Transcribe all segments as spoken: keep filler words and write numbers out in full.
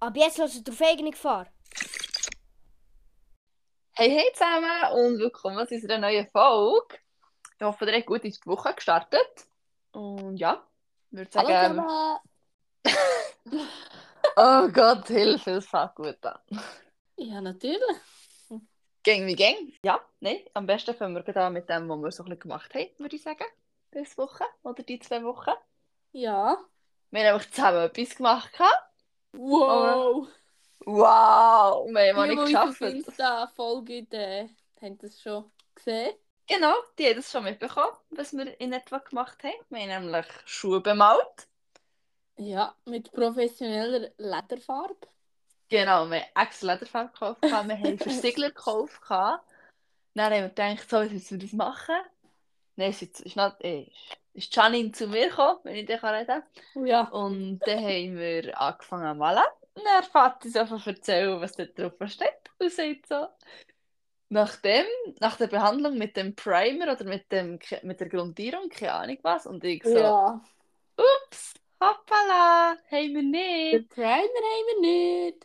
Ab jetzt hörst du auf eigene Gefahr. Hey, hey zusammen und willkommen zu unserer neuen Folge. Ich hoffe, ihr habt gut in die Woche gestartet. Und ja, ich würde Hallo sagen, zusammen. oh Gott, Hilfe, es fängt gut an. Ja, natürlich. Gang wie gang. Ja, nein, am besten fangen wir gerade an mit dem, was wir so ein bisschen gemacht haben, würde ich sagen. Diese Woche oder die zwei Wochen. Ja. Wir haben nämlich zusammen etwas gemacht. gehabt, Aber Wow. wow, wir haben Die, auch die nicht uns auf geschafft. Insta folgen, äh, haben das schon gesehen. Genau, die haben das schon mitbekommen, was wir in etwa gemacht haben. Wir haben nämlich Schuhe bemalt. Ja, mit professioneller Lederfarbe. Genau, wir haben extra Lederfarbe gekauft, wir haben Versiegler gekauft. Dann haben wir gedacht, so, wie müssen wir das machen? Dann ist, jetzt, ist, nicht, äh, ist Janine zu mir gekommen, wenn ich dich reden kann. Ja. Und dann haben wir angefangen zu malen. Und dann fängt sie so an zu erzählen, was da drauf steht. Und sagt so, nach, dem, nach der Behandlung mit dem Primer oder mit, dem, mit der Grundierung, keine Ahnung was. Und ich so, Ja. ups, hoppala, haben wir Den nicht. Primer haben wir nicht.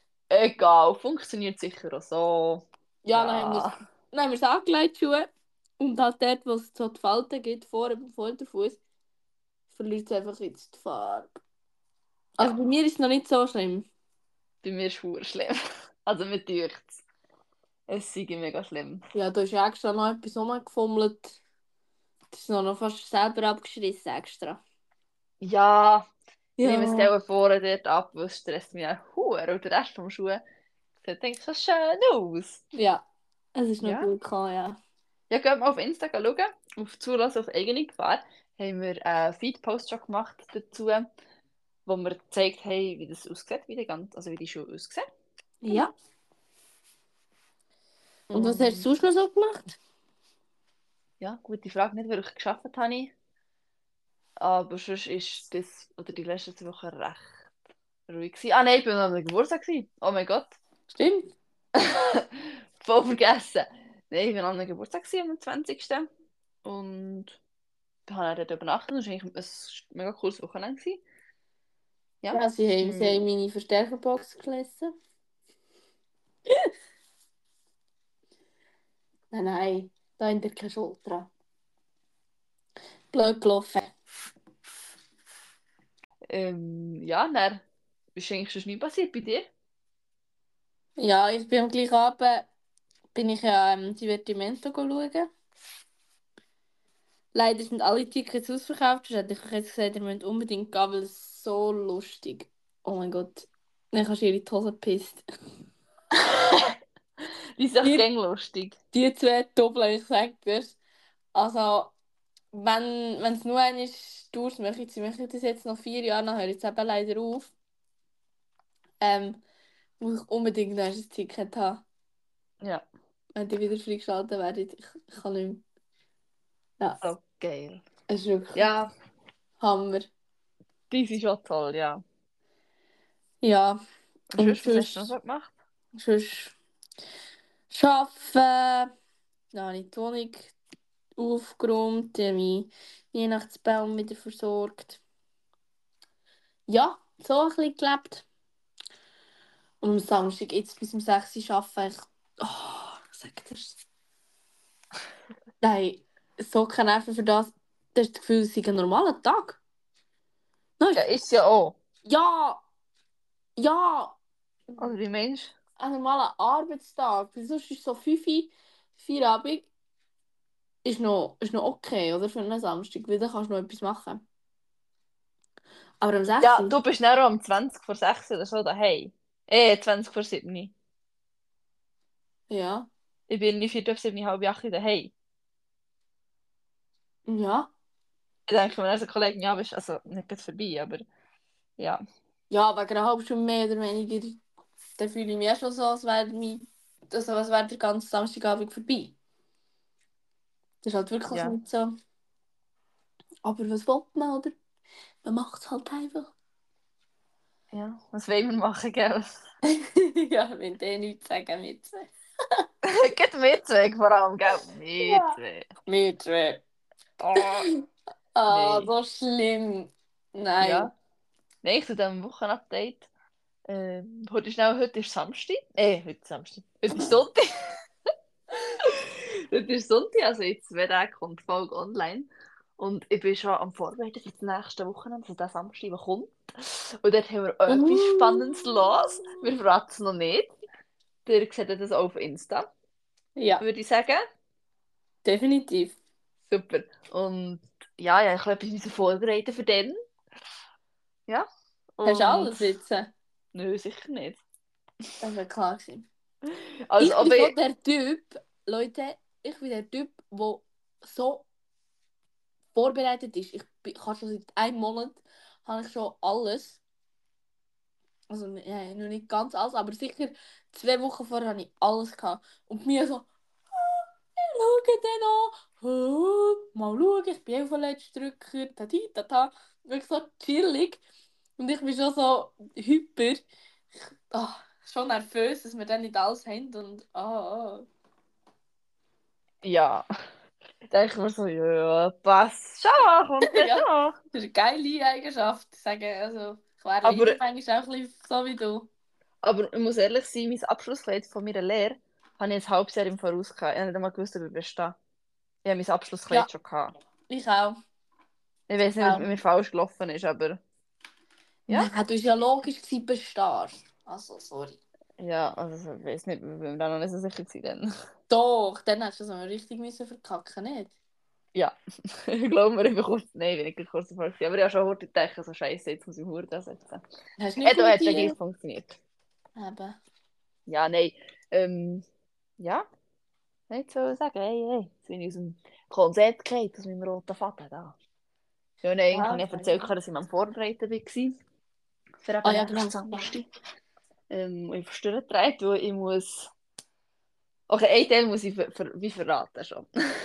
Egal, funktioniert sicher auch so. Ja, dann haben wir es Ja. dann haben wir es angelegt, die Schuhe. Und halt dort, wo es so die Falten gibt, vor dem Vorderfuß, verliert es einfach jetzt die Farbe. Also Ja, bei mir ist es noch nicht so schlimm. bei mir ist es schlimm. Also mir dünkt's. Es ist mega schlimm. Ja, da ist ja extra noch etwas rumgefummelt. Das ist noch noch fast selber abgeschrissen extra. Ja, ich nehme es Ja. gerne vorne dort ab, weil es stresst mich auch hure. Und der Rest vom Schuh sieht eigentlich so schön aus. Ja, es ist noch Ja. gut gekommen, ja. Ja, geht mal auf Insta schauen. Auf Zulassen auf eigene Gefahr haben wir einen Feed-Post schon gemacht dazu, wo wir gezeigt haben, wie das aussieht, wie die, ganze, also wie die Schuhe aussehen. Ja. Genau. Und was hast du Und sonst noch so gemacht? ja, gute Frage, nicht wirklich geschafft habe ich. Aber sonst ist das, oder die letzten zwei Wochen recht ruhig gewesen. Ah nein, ich war noch am Geburtstag gewesen. Oh mein Gott. Stimmt. Voll vergessen. Nein, ich war noch am Geburtstag gewesen, am zwanzigsten Und wir haben dort übernachtet. Das war eigentlich ein mega cooles Wochenende gewesen. Ja. Ja, sie haben, sie haben Hm. meine Verstärkerbox gelesen. Nein, nein, da in der keine Schuld dran. Blöd gelaufen. Ähm, ja, dann ist eigentlich schon nie passiert bei dir. Ja, ich bin am gleichen Abend bin ich ja ähm, Divertimento schauen. Leider sind alle Tickets ausverkauft. Sonst hätte ich euch jetzt gesagt, ihr müsst unbedingt gehen, weil es so lustig. Oh mein Gott. Dann kannst du ihre die Hose gepisst. Die ist echt Die, gäng lustig. die zwei Doppel, ich sag dir. Also, wenn wenn es nur eine ist, durch möchte ich, möchte ich das jetzt noch vier Jahre, dann höre ich jetzt eben leider auf. Ähm, muss ich unbedingt noch ein Ticket haben. Ja, Wenn die wieder freigeschaltet werden. Ich, ich kann nicht mehr. Ja, so geil. es ist wirklich Ja, Hammer. die ist schon toll, ja. Ja, Und und sonst, was hast du noch sonst, so gemacht? sonst arbeiten. Dann habe ich die Wohnung aufgeräumt, ich meinen Weihnachtsbaum wieder versorgt. Ja, so ein bisschen gelebt. Und am Samstag jetzt bis um sechs Uhr arbeiten. Ich, oh, ich sag dir's. Nein, so keine Nerven für das. Das ist das Gefühl, es ist ein normaler Tag. Ja, Nein, ist ja auch. ja, ja, Oder wie meinst ein normaler Arbeitstag. Weil sonst ist so fünf Uhr, Feierabend, ist noch, ist noch okay, oder? Für einen Samstag, weil dann kannst du noch etwas machen. Aber am du? sechs Ja, Uhr, du bist dann auch um zwanzig vor sechs oder so daheim. Eh, zwanzig vor sieben. ja, Ich bin nicht vier auf sieben, halb acht daheim. ja. Ich denke mir, als Kollegen, ja, bist also nicht gerade vorbei, aber ja. Ja, wegen einer halben Stunde mehr oder weniger, dann fühle ich mich auch schon so, als wäre mein, also, als wäre der ganze Samstagabend vorbei. Das ist halt wirklich Ja. nicht so. Aber was will man, oder? Man macht es halt einfach. Ja. Was wollen wir machen, gell? Ja, wenn die nichts sagen mit. Geht mir zwei vor allem, gell? Mir Ja. zwei. Mit zwei. Oh, Ah, nein. so schlimm. Nein. Ja. Nein, zu diesem Wochenupdate. Ähm, heute ist schnell, heute ist Samstag. Äh, heute ist Samstag. Heute ist Sonntag. Heute ist Sonntag, also in zwei Tagen kommt die Folge online. Und ich bin schon am Vorbereiten für das nächste Wochenende, also das Samstag, der kommt. Und dort haben wir auch etwas Spannendes los. Wir verraten es noch nicht. Ihr seht das auch auf Insta, Ja, würde ich sagen. definitiv. Super. Und ja, ja, ich habe etwas müssen vorbereiten für den. Ja. Hast du Und alles jetzt? Das nö, sicher nicht. wäre klar gewesen. Also, Ich bin aber so ich, der Typ, Leute, ich bin der Typ, der so vorbereitet ist. Ich, bin, ich habe schon seit einem Monat habe ich schon alles. Also ja, noch nicht ganz alles, aber sicher zwei Wochen vorher habe ich alles gehabt. Und mir so, schau den an, oh, mal schauen, ich bin auch verletzt drücker, tati, tata. Wirklich so chillig. Und ich bin schon so hyper. Ich, ah, schon nervös, dass wir dann nicht alles haben. Und ah, ah. ja, denke ich mir so, ja, passt schon, kommt ja Ja, schon. das ist eine geile Eigenschaft. Ich sage, also, ich wäre Aber, leider manchmal auch ein bisschen so wie du. aber ich muss ehrlich sein, mein Abschlusskleid von meiner Lehre habe ich ein halbes Jahr im Voraus gehabt. Ich habe nicht einmal gewusst, ob ich bestehe. Ich habe mein Ja, Abschlusskleid schon gehabt. ich auch. Ich Ich weiß nicht, was auch. mit mir falsch gelaufen ist, aber ja. Nein, du bist ja logisch gewesen, bestehst. Also, sorry. Ja, also ich weiß nicht, wir waren da noch nicht so sicher gewesen dann. Doch, dann hast du es mal richtig müssen verkacken, nicht? Ja, ich glaube mir einfach kurz, nein, bin ich kurz davor gewesen. Aber ich habe schon heute gedacht, so scheiße, jetzt muss ich Hut ansetzen. Hast du nicht Äh, da hat es ja gute... gleich funktioniert. Eben. Ja, nein, ähm, ja, nicht so sagen, hey, hey, jetzt bin ich aus dem Konzert gefallen, aus meinem roten Faden da. Ja, nein, ich Ja, habe ja okay. erzählt, dass ich am Vorbereiten war. Für Ah eben ja, nächsten genau. Samstag. Ähm, und ich verstehe nicht, weil ich muss... Okay, einen Teil muss ich ver ver wie verraten schon.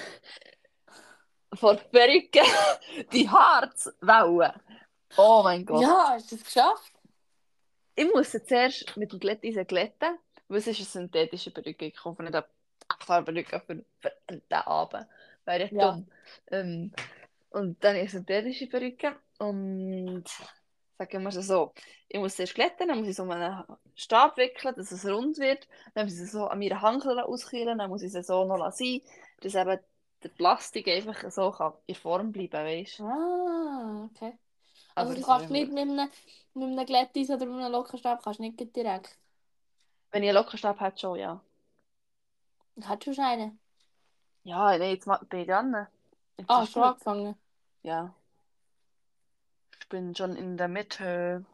Vor der Perücke, die Harzwellen. Oh mein Gott. Ja, hast du es geschafft? Ich muss sie zuerst mit dem Glätteisen glätten, weil es ist eine synthetische Perücke. Ich kaufe nicht eine echte Perücke für, für den Abend. Wäre ja Ja. dumm. Ähm, und dann ist eine synthetische Perücke und sagen wir es so, ich muss sie erst glätten, dann muss ich so einen Stab wickeln, dass es rund wird, dann muss ich sie so an meiner Hankel auskühlen, dann muss ich sie so noch sein, dass eben der Plastik einfach so kann in Form bleiben, weißt du? Ah, okay. Also Aber du das ist kannst einfach... nicht mit einem, mit einem Glätteis oder mit einem Lockenstab kannst nicht gleich direkt. Wenn ich einen Lockenstab hätte, schon, ja. Hast du schon einen? Ja, nee, jetzt ma- bin ich dran. Jetzt Ah, ist schon gut. angefangen. Ja, ich bin schon in der Mitte.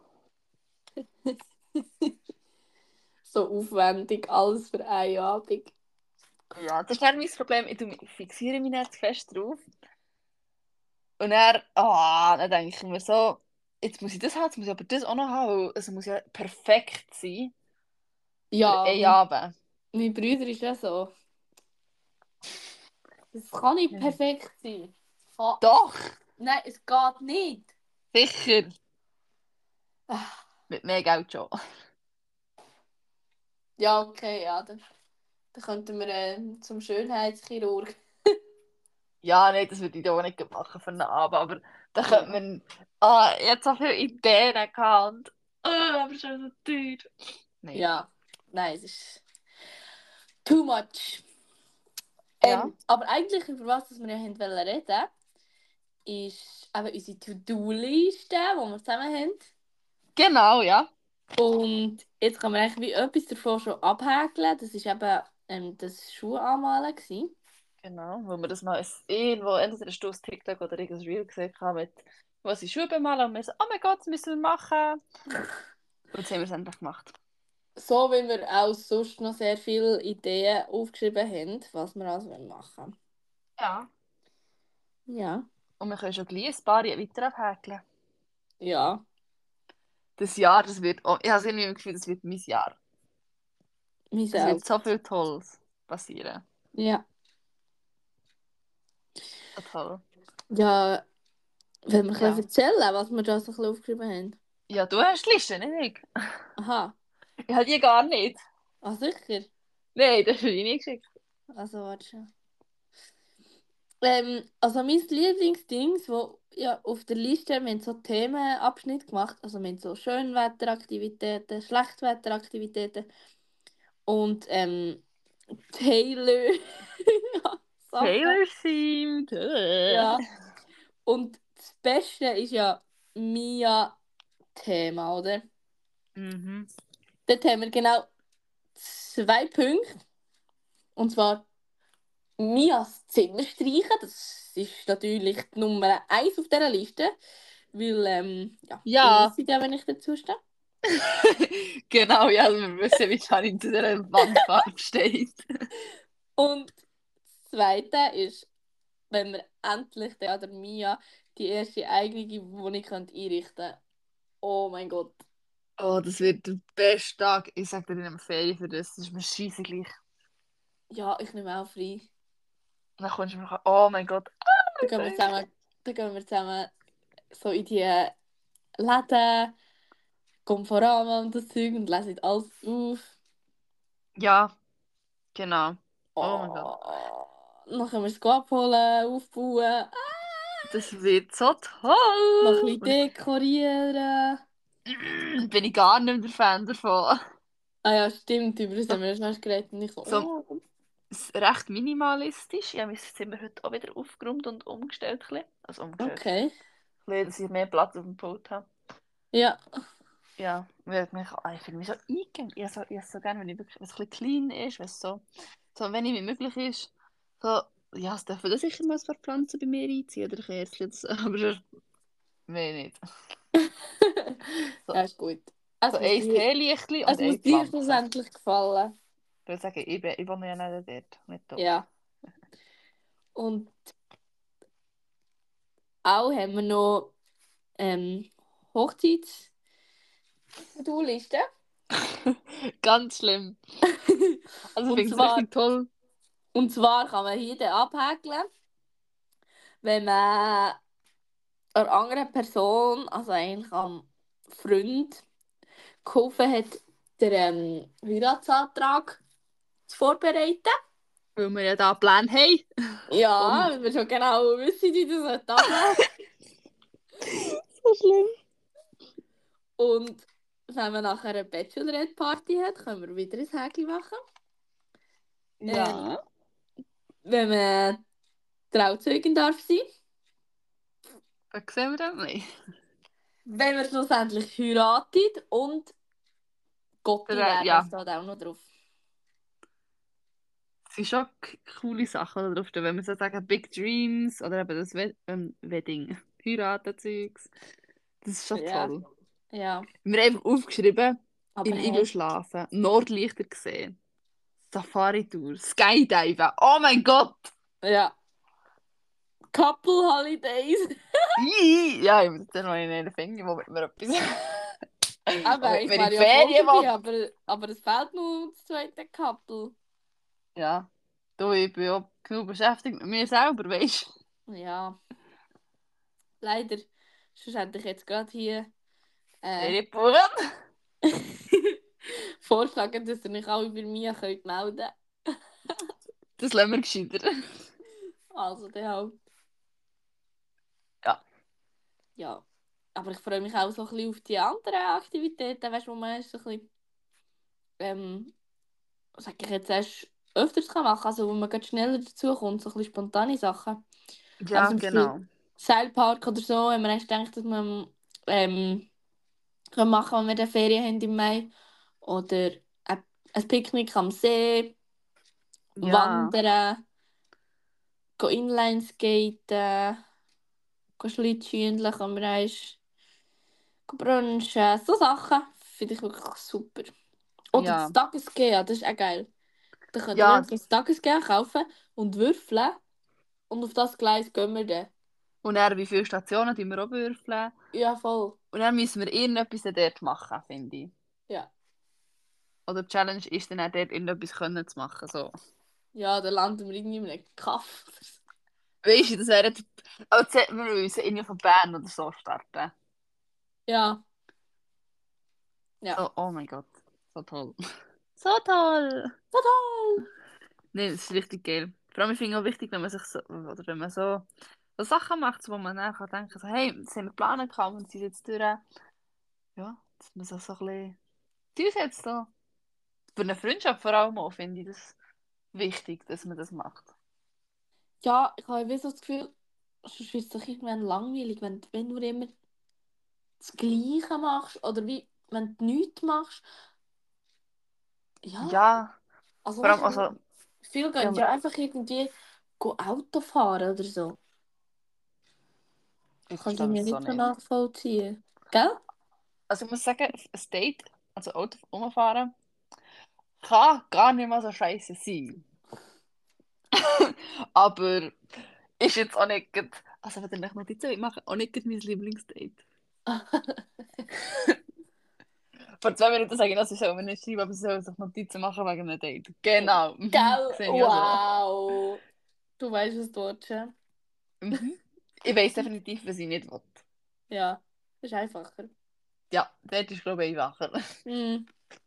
So aufwendig, alles für eine Abend. Ja, das ist dann mein Problem. Ich tu mich- ich fixiere mich nicht zu fest drauf. Und dann, ah, dann denke ich mir so, jetzt muss ich das haben, jetzt muss ich aber das auch noch haben, weil es muss ja perfekt sein für Ja, einen mein, Abend. mein Bruder ist ja so. Das kann nicht Ja. perfekt sein. Es kann... Doch, Nein, es geht nicht. sicher. Ah, Mit mehr Geld schon. ja, okay, ja. Dann, dann könnten wir äh, zum Schönheitschirurg. Ja, nee, das würde ich auch nicht machen für einen Abend, aber da könnte Ja. man, ah, jetzt so viele Ideen gehabt und, ah, aber schon so teuer. Nein. Ja, nein, es ist too much. Ja, Ähm, aber eigentlich, über was das wir ja haben wollen reden, ist eben unsere To-Do-Liste, die wir zusammen haben. genau, ja. Und jetzt kann man eigentlich wie etwas davon schon abhäkeln. Das war eben ähm, das Schuhanmalen gewesen. Genau, wo man das mal als- irgendwo, entweder ein Stoß TikTok oder irgendein Reel gesehen haben mit, was ich Schuhe bemalen und wir so, oh mein Gott, das müssen wir machen. Und jetzt haben wir es endlich gemacht. So wie wir auch sonst noch sehr viele Ideen aufgeschrieben haben, was wir alles machen wollen. Ja. Ja. Und wir können schon gleich ein paar weiter abhäkeln. Ja. Das Jahr, das wird, oh, ich habe irgendwie das Gefühl, das wird mein Jahr. Mir Es wird selbst. so viel Tolles passieren. Ja. So toll. Ja, wenn wir ein Ja. bisschen erzählen, was wir da so ein bisschen aufgeschrieben haben. Ja, du hast die Liste, nicht ich. Aha. Ich habe die gar nicht. Ah, sicher. Nein, das habe ich nicht geschickt. Also, warte schon. Ähm, also mein Lieblingsding, wo ja auf der Liste, wir haben so Themenabschnitt gemacht, also wir haben so Schönwetteraktivitäten, Schlechtwetteraktivitäten und ähm, Taylor Sachen. Taylor-themed. Äh. Ja. Und das Beste ist ja Mia-Thema, oder? Mhm. Dort haben wir genau zwei Punkte. Und zwar Mias Zimmer streichen. Das ist natürlich die Nummer eins auf dieser Liste. Weil, ähm, ja, ihr Ja, wisst ja, wenn ich dazu stehe. genau, ja, also wir wissen, wie Janine zu dieser Wandfarbe steht. Und das Zweite ist, wenn wir endlich der oder Mia die erste eigene Wohnung könnt einrichten können. Oh mein Gott. Oh, das wird der beste Tag. Ich sag dir in einer Ferien für das. Das ist mir scheisse gleich. Ja, ich nehme auch frei. Dann kommst du mir, oh mein Gott. Ah, Dann ich gehen wir denke. zusammen, dann gehen wir zusammen so in die Läden, gehen voran und das Zeug und lesen alles auf. Ja, genau. Oh mein Gott. Oh, dann können wir es abholen, aufbauen, ah, Das wird so noch ein toll. bisschen Und dekorieren. ich bin ich gar nicht mehr der Fan davon. Ah ja, stimmt, über das So, haben wir erst geredet. Und ich so, so oh. s- recht minimalistisch. Ich habe mein Zimmer heute auch wieder aufgeräumt und umgestellt. Ein bisschen. Also umgestellt. Okay. Ein bisschen, dass ich mehr Platz auf dem Pult habe. Ja, Ja, weil ich mich, ah, ich fühle mich so eingegangen. Ich habe so, ich habe so gerne, wenn ich wirklich, wenn es ein bisschen clean ist, wenn es so, so wenig wie möglich ist. So, ja, es dürfen da sicher mal ein paar Pflanzen bei mir einziehen oder Kärtchen, das- aber sonst mehr nicht. So, ja, ist gut. so Es muss ein dir, Teelichtchen es und eine muss dir Pflanze. schlussendlich gefallen. Ich würde sagen, ich, bin, ich wohne ja nicht dort, nicht da. Ja. Und auch haben wir noch ähm, Hochzeits-To-Liste. Ganz schlimm. Also ich Und finde es zwar, richtig toll. und zwar kann man hier dann abhäkeln, wenn man einer anderen Person, also eigentlich am Freund, geholfen hat, den ähm, Heiratsantrag zu vorbereiten. Weil wir ja da Pläne haben. Ja, Und weil wir schon genau wissen, wie das ablaufen. so schlimm. Und wenn man nachher eine Bachelorette-Party hat, können wir wieder ein Häkchen machen. Ähm, Ja. wenn man Trauzeugin darf sein. Das sehen wir dann nicht. Wenn man schlussendlich heiratet und Gotti Der, werden, ja. steht auch noch drauf. Es sind schon k- coole Sachen da drauf, wenn wir so sagen, Big Dreams oder eben das Wed ähm, Wedding, Heiratenzeugs. Das ist schon Ja, toll. ja. Wir haben einfach aufgeschrieben, Aber im Iglu hey, schlafen, Nordlichter gesehen, Safari-Tour, Skydiven, oh mein Gott! ja. Couple Holidays. Ih, ja, ich muss jetzt noch in den Finger, wo wir etwas... Aber Womit ich wir in wäre die ja voll Ferien dabei, will. aber, aber es fehlt nur das zweite Couple. Ja, du, ich bin auch genug beschäftigt mit mir selber, weißt du? Ja, leider. Sonst hätte ich jetzt gerade hier äh, Ferien buchen. vorschlagen, dass ihr euch alle bei mir könnt melden könnt. Das lassen wir gescheiter. Also, dann halt. Ja. Ja. Aber ich freue mich auch so ein bisschen auf die anderen Aktivitäten, weißt du, wo man erst so ein bisschen, ähm, sag ich jetzt erst öfters kann machen, also wo man gerade schneller dazu kommt, so ein bisschen spontane Sachen. Aber Ja, zum Beispiel genau. Seilpark oder so, wenn man erst denkt, dass man ähm, kann machen, wenn wir dann Ferien haben im Mai. Oder ein, ein Picknick am See, Ja. wandern, go Inlineskaten, go Schlittschuhen, kann man erst go brunchen, so Sachen finde ich wirklich super. Oder das Ja. Tagesgehen, ja, das ist auch geil. Da könnt ihr Ja. einfach das Tagesgehen kaufen und würfeln und auf das Gleis gehen wir dann. Und dann, wie viele Stationen tun wir auch würfeln. Ja, voll. Und dann müssen wir irgendetwas dort machen, finde ich. Ja. Oder die Challenge ist dann auch dort irgendetwas können zu machen. So. Ja, dann landen wir irgendwie in einem Kaff. Weißt du, das wäre... Also, wir müssen irgendwie von Bern oder so starten. Ja, ja. So, oh mein Gott. So toll. So toll! Tada! Nee, das ist richtig geil. Vor allem, ich finde es auch wichtig, wenn man sich so, oder wenn man so, so Sachen macht, wo man dann kann denken so, hey, das haben wir planen können und sie jetzt durch. Ja, dass man sich so ein bisschen durchsetzt. So. Für eine Freundschaft vor allem auch finde ich das wichtig, dass man das macht. Ja, ich habe wie so das Gefühl, sonst wird es doch irgendwann langweilig, wenn, wenn du immer das Gleiche machst oder wie, wenn du nichts machst. Ja, Ja, also vor allem, weißt du, also, viele ja, gehen ja einfach irgendwie go Auto fahren oder so. ich Kann ich verstehe mir das so nicht so nicht. nachvollziehen. Gell? Also ich muss sagen, ein Date, also Auto rumfahren, kann gar nicht mal so scheiße sein. Aber ist jetzt auch nicht, grad- also wenn ich Notizen mache, auch nicht grad mein Lieblingsdate. Vor zwei Minuten sage ich, das ist auch nicht schreiben, aber sie sollen sich Notizen machen wegen einem Date. Genau, mhm. Gell? Sehe ich auch so. Wow. Du weißt, was du willst, ja? Mhm. Ich weiß definitiv, was ich nicht will. Ja, das ist einfacher. Ja, dort ist glaube ich einfacher. Hm.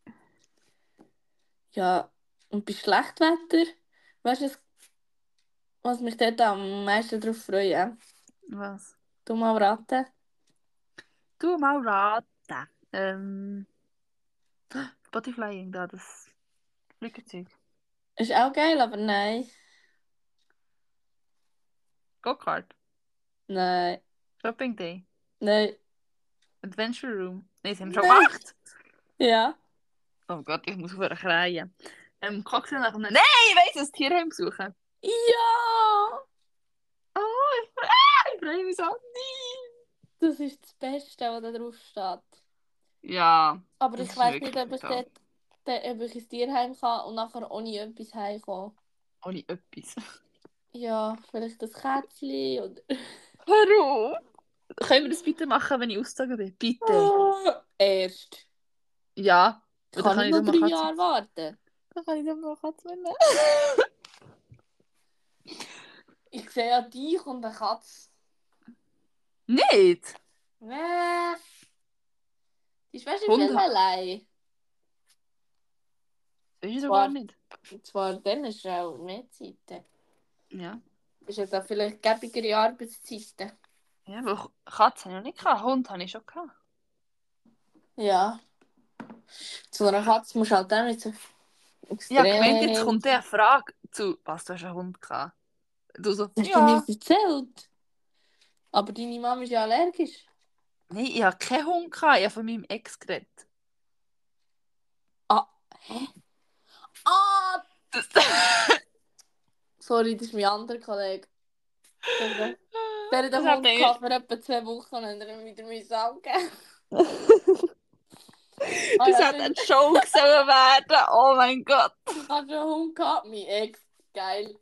Ja, und bei Schlechtwetter, weißt du, was was mich dort am meisten darauf freut? Was? Du mal raten. Du mal raten. Ähm, Bodyflying da, das Flugzeug. Ist auch geil, aber nein. Go-Kart. Nein. Shopping Day. Nein. Adventure Room. Nein, das haben wir schon Nein. gemacht. Ja. Oh Gott, ich muss vorher kreien. Ähm, Cocktail nach einem... Nein, ich weiss es, Tierheim besuchen. Ja! Oh, ich, ah, ich freue mich so. Nee. Das ist das Beste, was da drauf steht. Ja, Aber das ich ist weiß nicht, wirklich ob ich brutal. dort, dort, ob ich ins Tierheim kann und nachher ohne etwas heimkomme. Ohne etwas. Ja, vielleicht das Kätzchen oder... Warum? Können wir das bitte machen, wenn ich ausgezogen bin? Bitte. Ah, erst. Ja, weil dann Kann kann ich ich noch dann drei mal Katze... Jahre warten? Dann kann ich dann mal Katze mitnehmen. Ich sehe ja dich und eine Katze. Nicht? Nee, die ist weißt du Hund viel ha- allein. Das ist doch gar Zwar, nicht. zwar dann ist auch mehr Zeit. Ja. Ist jetzt auch vielleicht gäbigere Arbeitszeiten. Ja, weil Katze habe ich noch nicht gehabt. Hund habe ich schon gehabt. Ja. Zu einer Katze musst du halt auch nicht so Ja, gemeint, jetzt extrem. kommt eine Frage zu, was, du hast einen Hund gehabt? Du so, Hast du mir ja. erzählt? Aber deine Mama ist ja allergisch. Nein, ich habe keinen Hund gehabt, ich habe von meinem Ex geredet. Ah, hä? Ah, Das... sorry, das ist mein anderer Kollege. Der, der hat das einen hat Hund eigentlich... gehabt für etwa zwei Wochen und dann haben wir wieder müssen abgeben. Ah das ja, hat ein stimmt. Joke sollen werden. Oh mein Gott. Du hast schon einen Hund gehabt, mein Ex. Geil.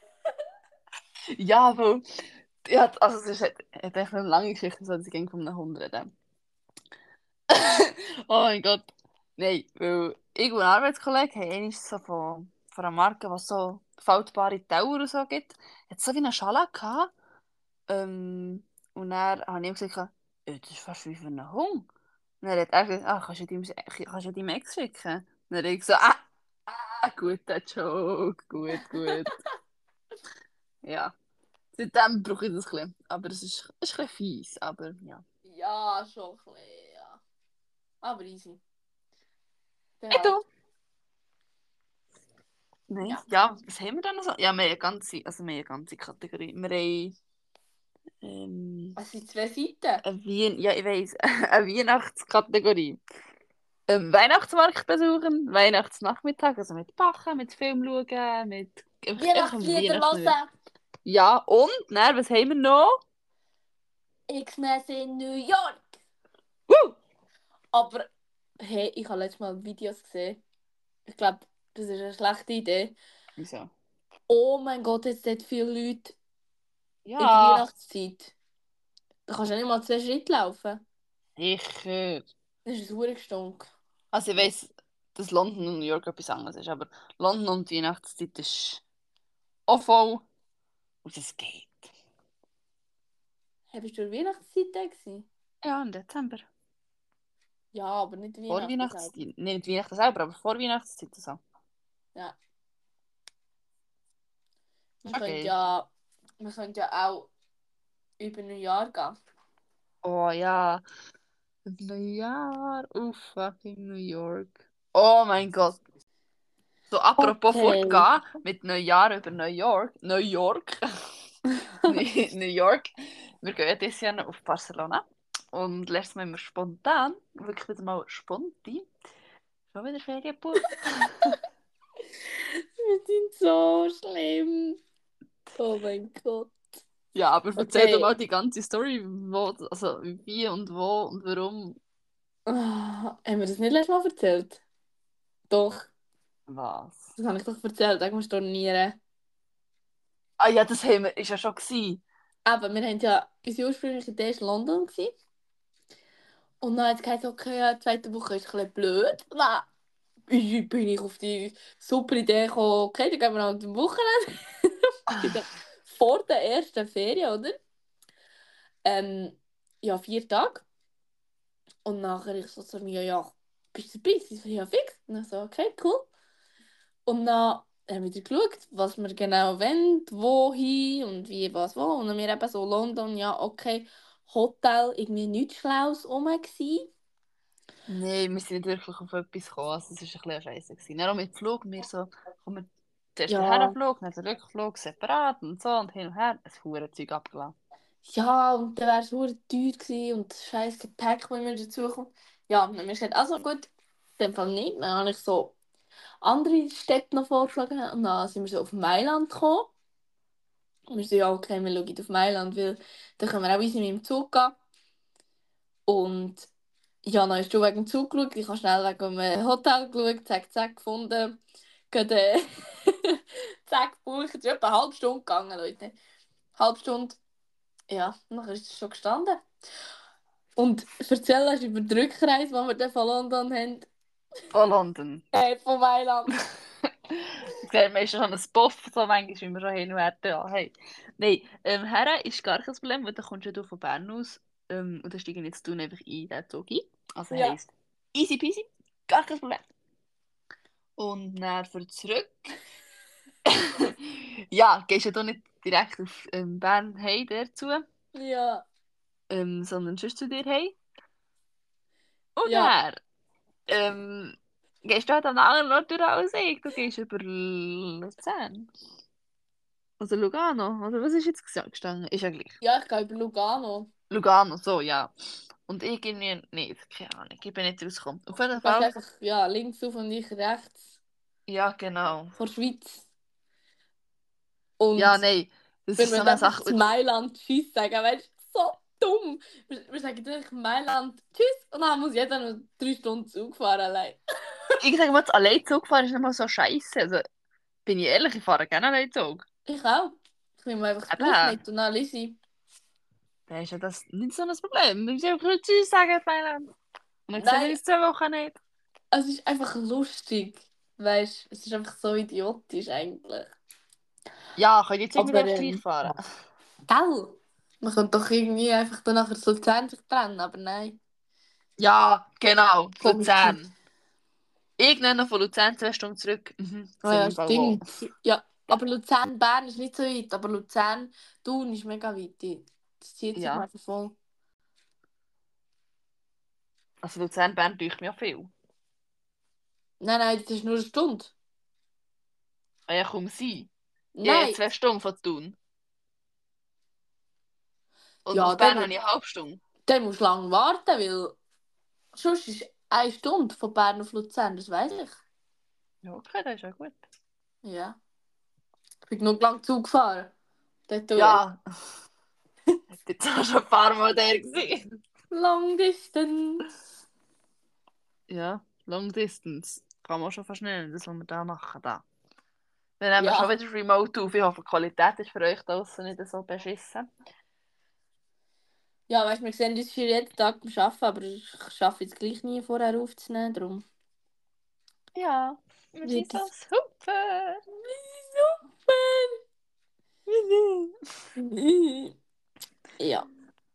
Ja, weil... Ja, also es ist halt, hat echt eine lange Geschichte, so dass ich von einem Hund reden. Oh mein Gott. Nein, weil ich und ein Arbeitskollege haben einmal so von, von einer Marke, die so faltbare Teller und so gibt, hat so wie eine Schale gehabt. Ähm, und dann habe ich ihm gesagt, «Äh, das ist fast wie für einen Hund.» Und dann hat er gesagt, «Ah, kannst du deinem, kannst du deinem Ex schicken?» Und dann habe ich so, «Ah, ah, guter Joke, gut, gut.» Ja, seitdem brauche ich das ein bisschen. Aber es ist, es ist ein bisschen fies, aber ja. Ja, schon ein bisschen, ja. Aber easy. Dann Hey, halt. du. Nein. Ja. Ja, was haben wir denn noch so? Ja, wir haben eine ganze, also wir haben eine ganze Kategorie. Wir haben ähm, Es sind zwei Seiten. eine Wien ja, ich weiss, eine Weihnachtskategorie. Ähm, Weihnachtsmarkt besuchen, Weihnachtsnachmittag, also mit Bachen, mit Film schauen, mit einfach, einfach am Weihnachtslieder Weihnachten. hören. Ja, und, ne, was haben wir noch? X-Mess in New York. Woo! Aber, hey, ich habe letztes Mal Videos gesehen. Ich glaube, das ist eine schlechte Idee. Wieso? Oh mein Gott, jetzt dort viele Leute in der Ja, Weihnachtszeit. Da kannst du ja nicht mal zwei Schritte laufen. sicher. Das ist ein Hurengestunk. Also ich weiss, dass London und New York etwas anderes ist, aber London und die Weihnachtszeit ist auch voll und es geht. Hey, bist du in der Weihnachtszeit da gewesen? Ja, im Dezember. Ja, aber nicht Vor Weihnachten selber. Weihnachtszeit. Nee, nicht Weihnachten selber, aber vor Weihnachtszeit. So. Ja. Wir können Okay. ja, wir können ja auch über Neujahr gehen. Oh ja. Neujahr. Uff, fucking New York. Oh mein Gott. So, apropos Okay. fortgehen mit Neujahr über New York. New York. New New York. Wir gehen ja dieses Jahr noch auf Barcelona. Und letztes Mal immer spontan, wirklich wieder mal spontan, schon wieder Ferien gebucht. Wir sind so schlimm. Oh mein Gott. Ja, aber erzähl doch Okay. mal die ganze Story, wo, also wie und wo und warum. Ah, haben wir das nicht letztes Mal erzählt? Doch, Was? das habe ich doch erzählt. Ich muss stornieren. Ah ja, das haben wir, ist ja schon gewesen. Aber wir haben ja, unsere ursprüngliche Idee war London. Gewesen. Und dann hat es gesagt, okay, ja, die zweite Woche ist ein bisschen blöd. Dann bin bin ich auf die super Idee gekommen, okay, dann gehen wir halt am Wochenende. Bei der- Vor der ersten Ferien, oder? Ähm, ja, vier Tage. Und nachher ich so zu mir, ja, bist du dabei? Sie so, ja, fix. Und ich so, okay, cool. Und dann haben wir wieder geschaut, was wir genau wollen, wohin und wie, was, wo. Und dann wir eben so London, ja, okay, Hotel, irgendwie nichts Schlaues rum gewesen. Nein, wir sind nicht wirklich auf etwas gekommen. Also, es war ein bisschen scheiße. gewesen. Dann auch mit dem Flug, wir so, kommen wir zuerst den Ja, Herrenflug, dann den Rückflug separat und so und hin und her. Ein verdammtes Zeug abgeladen. ja, und dann wäre es verdammt teuer gewesen und das scheiß Gepäck, das immer dazu kommt. Ja, und dann haben wir gesagt, also gut, in dem Fall nicht. Dann habe ich so andere Städte noch vorgeschlagen und dann sind wir so auf Mailand gekommen. Und wir so, ja, okay, wir schauen auf Mailand, weil dann können wir auch easy mit dem Zug gehen. Und ja, dann hast du wegen dem Zug geschaut, ich habe schnell wegen dem Hotel geschaut, zack, zack, gefunden. Gerade, zack, gebucht. Es ist etwa eine halbe Stunde gegangen, Leute. Eine halbe Stunde, ja, nachher ist es schon gestanden. Und erzähl uns über die Rückreise, die wir dann von London haben. Von London. Äh, von Mailand. Ich sehe, man ist schon ein Buff, so manchmal, wie wir schon hin und her ja, hey. Nein, ähm, Herren ist gar kein Problem, weil dann kommst ja du von Bern aus ähm, und dann steigen jetzt du einfach in den Zug ein. Also Ja. heisst, easy peasy, gar kein Problem. Und dann für zurück. Ja, gehst ja du nicht direkt auf ähm, Bern hey dazu, Ja. ähm, sondern sonst zu dir hey. Und Ja. dann ähm, gehst du halt an einen anderen Ort durch als ich. Du gehst über Luzern. Also Lugano, oder was ist jetzt gesa- gestanden? Ist ja gleich. Ja, ich gehe über Lugano. Lugano, so, ja. Und ich irgendwie nicht, keine Ahnung, ich bin nicht rausgekommen. Auf Du jeden gehst Fall, einfach ja, links auf und ich rechts ja, genau. vor der Schweiz. Ja, Und nein, das wir ist so müssen eine einfach Sache. zu Mailand Tschüss sagen, weißt du, so dumm. Wir, wir sagen natürlich Mailand Tschüss und dann muss jeder noch drei Stunden Zug fahren allein. Ich sage mal, das allein Zug fahren ist nicht mal so scheiße. Also, bin ich ehrlich, ich fahre gerne allein Zug. Ich auch. Ich nehme einfach das Buch Eben, mit und dann lese ich. dann ist ja das nicht so ein Problem. Wir müssen einfach nur Tschüss sagen, Thailand. Und dann sehen wir Nein, uns zwei Wochen nicht. es ist einfach lustig. Weißt du, es ist einfach so idiotisch eigentlich. Ja, könnt ihr jetzt irgendwie Aber, einfach gleich ähm, fahren? gell? Man könnte doch irgendwie einfach dann nachher so Luzern sich trennen, aber nein. Ja, genau, Komisch. Luzern. Ich nenne von Luzern zwei Stunden zurück. Mhm, Ah sehe ich ja, im Fall wo. stimmt. Ja, aber Luzern-Bern ist nicht so weit, aber Luzern-Thun ist mega weit. Das zieht sich Ja, einfach voll. also Luzern-Bern tue ich mir ja viel. Nein, nein, das ist nur eine Stunde. Ah ja, komm, sie. Ja, ja, Nein. zwei Stunden von Thun. Und Ja, auf Bern dann, habe ich eine halbe Stunde. dann musst du lange warten, weil sonst ist eine Stunde von Bern auf Luzern, das weiß ich. Ja, okay, das ist ja gut. Ja. Ich bin genug lang Zug gefahren. Dort durch. Ja, jetzt war schon ein paar Mal der gewesen. Long Distance. Ja, Long Distance. Kann man schon verschnellen, das, was wir da machen. Da. Wir nehmen Ja. schon wieder Remote auf. Ich hoffe, die Qualität ist für euch draußen nicht so beschissen. Ja, weißt du, wir sehen uns für jeden Tag beim Arbeiten, aber ich schaffe jetzt gleich nie vorher aufzunehmen, darum Ja, wir sind wird so es super. super. Ja.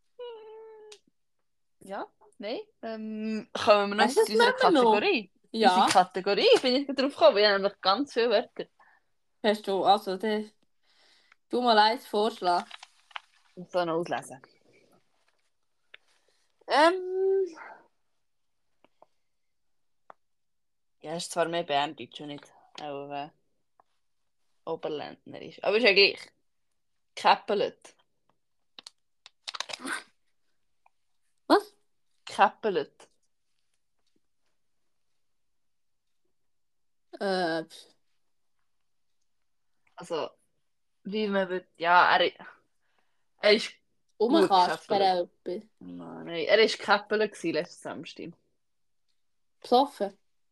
Ja, nein. Ähm, kommen wir noch Weißt du, zu was unserer machen wir noch? Kategorie. Unsere Ja. Kategorie, bin ich drauf gekommen. Wir haben nämlich ganz viele Wörter. Hast du, also, der, Du mal eins vorschlagen. Ich muss so noch auslesen. Ähm. Ja, ist zwar mehr Berndeutsch und nicht auch äh, Oberländnerisch. Aber ist ja gleich. Käppelet. Was? Käppelet. Äh, pff. Also, wie man wird. Ja, er, er ist gut gekäppelet. Rumkaspern etwas. Nein, er ist gekäppelet gewesen letzten Samstag. Besoffen.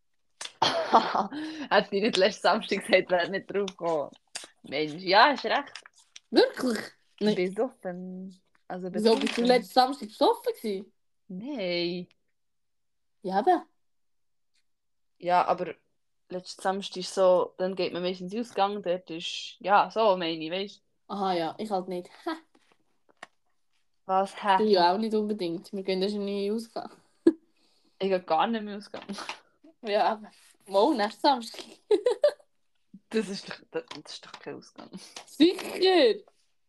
Hat die nicht letzten Samstag gesagt, wäre nicht drauf gekommen. Mensch, ja, ist recht. Wirklich? Nein. Besoffen. Also Wieso bist du betrunken. letzten Samstag besoffen gewesen? Nein. Ja, eben. Ja, aber letzten Samstag ist so, dann geht man meistens in den Ausgang, dort ist, ja, so meine ich, weißt du? Aha, ja, ich halt nicht. Ha, Was, hä? du ja auch nicht unbedingt. Wir gehen da schon nie ausgehen. Ich gehe gar nicht mehr Ausgang. Ja, aber. Mo, nächsten Samstag. Das ist doch, das, das ist doch kein Ausgang. Sicher!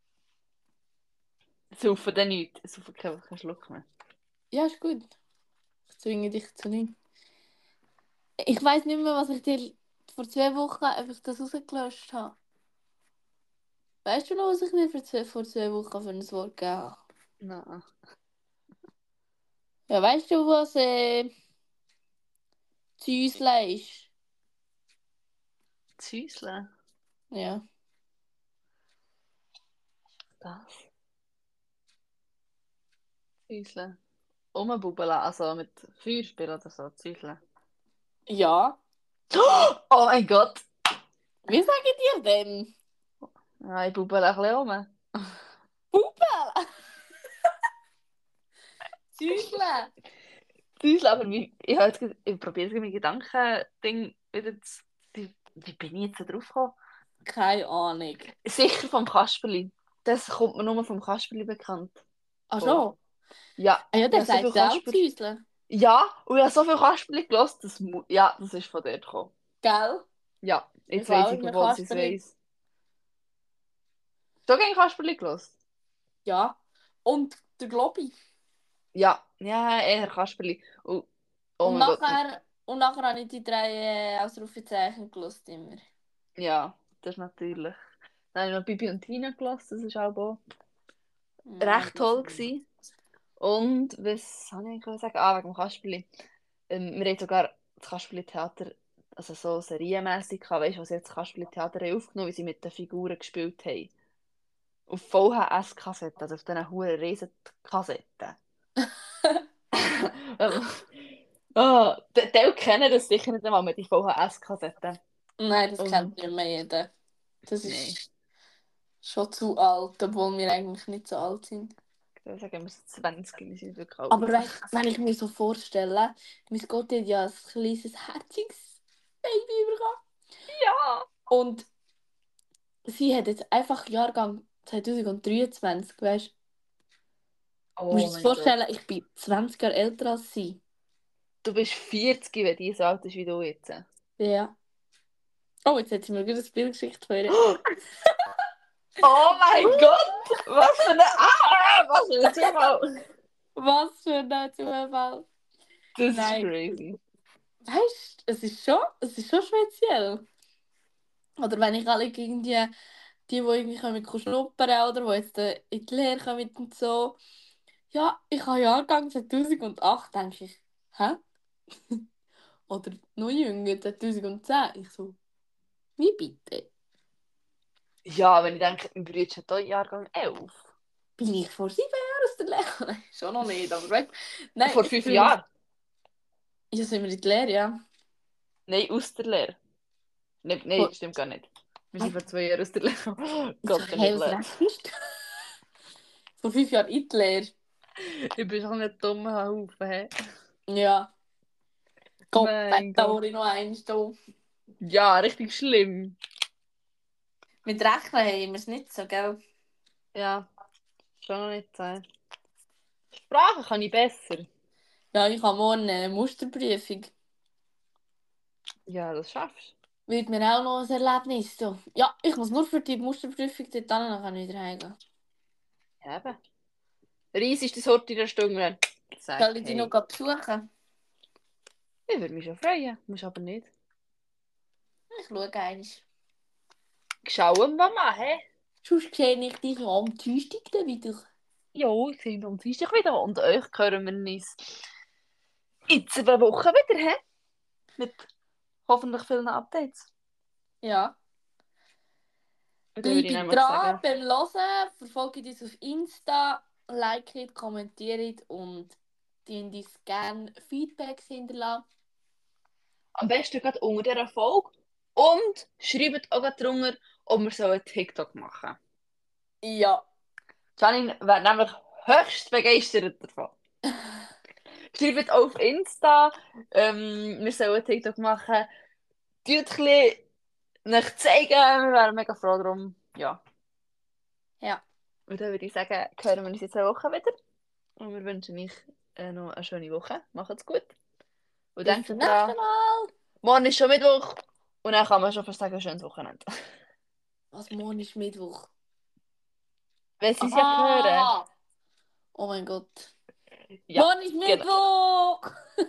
Saufen dann nichts, saufen keinen keinen Schluck mehr. Ja, ist gut. Ich zwinge dich zu nichts. Ich weiß nicht mehr, was ich dir vor zwei Wochen einfach das rausgelöscht habe. Weißt du noch, was ich dir für zwei, vor zwei Wochen für ein Wort gegeben habe? Nein. Ja, weißt du, was äh, Zäusle ist? Zäusle? Ja. Das? Zäusle. Rumbubbeln, also mit Feuerspiel oder so, Zäusle. Ja. Oh mein Gott! Wie sage ich dir denn? Ja, ich bubbel ein bisschen rum. Puppe! Zäusle! Zäusle, aber wie, ich, habe jetzt, ge- ich probiere jetzt mein Gedankending wieder zu... Wie, wie bin ich jetzt da drauf gekommen? Keine Ahnung. Sicher vom Kasperli. Das kommt mir nur vom Kasperli bekannt Ach vor. schon? Ja, Ah ja, ich der habe so viel sagt auch Kasper... Zäusle. Ja, und ich habe so viel Kasperli gehört, das mu... Ja, das ist von dort gekommen. Gell? Ja, Ich jetzt habe weiss auch ich, von immer wo das ich Kasperli. weiss. Hast du gegen Kasperli gehört? Ja. Und der Globi. Ja, ja, eher Kasperli. Und, oh Und mein Gott, nachher, und nachher habe ich die drei äh, Ausrufezeichen gelesen immer. ja, das ist natürlich. Dann habe ich noch Bibi und Tina gelassen, das war auch Nein, recht das toll nicht. gewesen. Und was soll ich eigentlich sagen? Ah, wegen dem Kasperli. Ähm, wir haben sogar das Kasperli-Theater, also so serienmässig gehabt, weißt du, was sie jetzt das Kasperli-Theater haben aufgenommen, wie sie mit den Figuren gespielt haben. Auf V H S-Kassetten, also auf diesen hohen riesen Kassetten. Oh, die die kennen das sicher nicht einmal mit den V H S-Kassetten. Nein, das kennt Und nicht mehr jeder. Das nein, ist schon zu alt, obwohl wir eigentlich nicht so alt sind. ich würde sagen, wir sind zwanzig, wir sind wirklich Aber alt. weißt, wenn ich mir so vorstelle, mein Gott hat ja ein kleines, herziges Baby bekommen. Ja! Und sie hat jetzt einfach Jahrgang zwanzig dreiundzwanzig, weißt du? Du musst Oh dir das mein Gott. vorstellen, ich bin zwanzig Jahre älter als sie. Du bist vierzig, wenn die so alt ist wie du jetzt. Ja. Oh, jetzt hat sie mir gerade ein Bild geschickt von ihr. Oh mein Gott! Was für eine... Ah, was für ein Zufall! Was für ein Zufall. Das ist Nein. crazy. Weißt du, es ist schon, es ist schon speziell. Oder wenn ich alle irgendwie, die, die irgendwie kommen mit schnuppern oder die jetzt äh, in die Lehre kommen und so. Ja, ich habe Jahrgang zweitausendacht, denke ich. Hä? Oder noch jünger, zweitausendzehn. Ich so, wie bitte? Ja, wenn ich denke, mein Bruder hat hier Jahrgang elf. Bin ich vor sieben Jahren aus der Lehre? Nein, schon noch nicht, aber weißt du. Nein, Vor ich fünf fühle mich. Jahren? Ja, sind wir in die Lehre, ja. Nein, aus der Lehre. Nein, nein, Vor, stimmt gar nicht. Wir sind hä? vor zwei Jahren aus der Lehre. Oh So, Gott, bin ich hey, was blöd. rechnest du? Vor fünf Jahren in die Lehre. Ich bin schon ein dummer Haufen. Hä? Ja. Gott, Mein da Gott. wurde ich noch eins da. Ja, richtig schlimm. Mit Rechnen haben wir es nicht so, gell? Ja, schon noch nicht sein. Sprache kann ich besser. Ja, ich habe morgen eine Musterprüfung. Ja, das schaffst du. wird mir auch noch ein Erlebnis. So. Ja, ich muss nur für die Musterprüfung dort dann nachher nicht heimgehen. Ja, eben. Reis ist das Hort in der Stunde. Sag, Soll ich dich noch hey. besuchen? Ich würde mich schon freuen. Muss aber nicht. Ich schaue einmal. Schauen wir mal, hä? Sonst sehe ich dich ja am Dienstag dann wieder. Ja, ich sehe uns Dienstag wieder. Und euch hören wir uns in zwei Wochen wieder, hä? Mit hoffentlich vielen Updates. Ja. Und dann würde ich Bleibt nämlich dran sagen, beim Hören, verfolgt uns auf Insta, liket, kommentiert und die uns gerne Feedbacks hinterlassen. am besten gerade unter dieser Folge. Und schreibt auch gerade drunter, ob wir so einen TikTok machen. Ja. Janine wäre nämlich höchst begeistert davon. Schreibt auch auf Insta, ähm, wir sollen einen TikTok machen. Tut ein bisschen nicht zeigen, wir wären mega froh darum. Ja. Ja. Und dann würde ich sagen, hören wir uns in zwei Wochen wieder. Und wir wünschen euch äh, noch eine schöne Woche. Macht's gut. Und Bis denkt zum dran, nächsten Mal. morgen ist schon Mittwoch. Und dann kann man schon fast sagen, schönes Wochenende. Was, morgen ist Mittwoch? Wenn sie es ja hören. Ah! Oh mein Gott. Ja, Morgen ist genau. Mittwoch!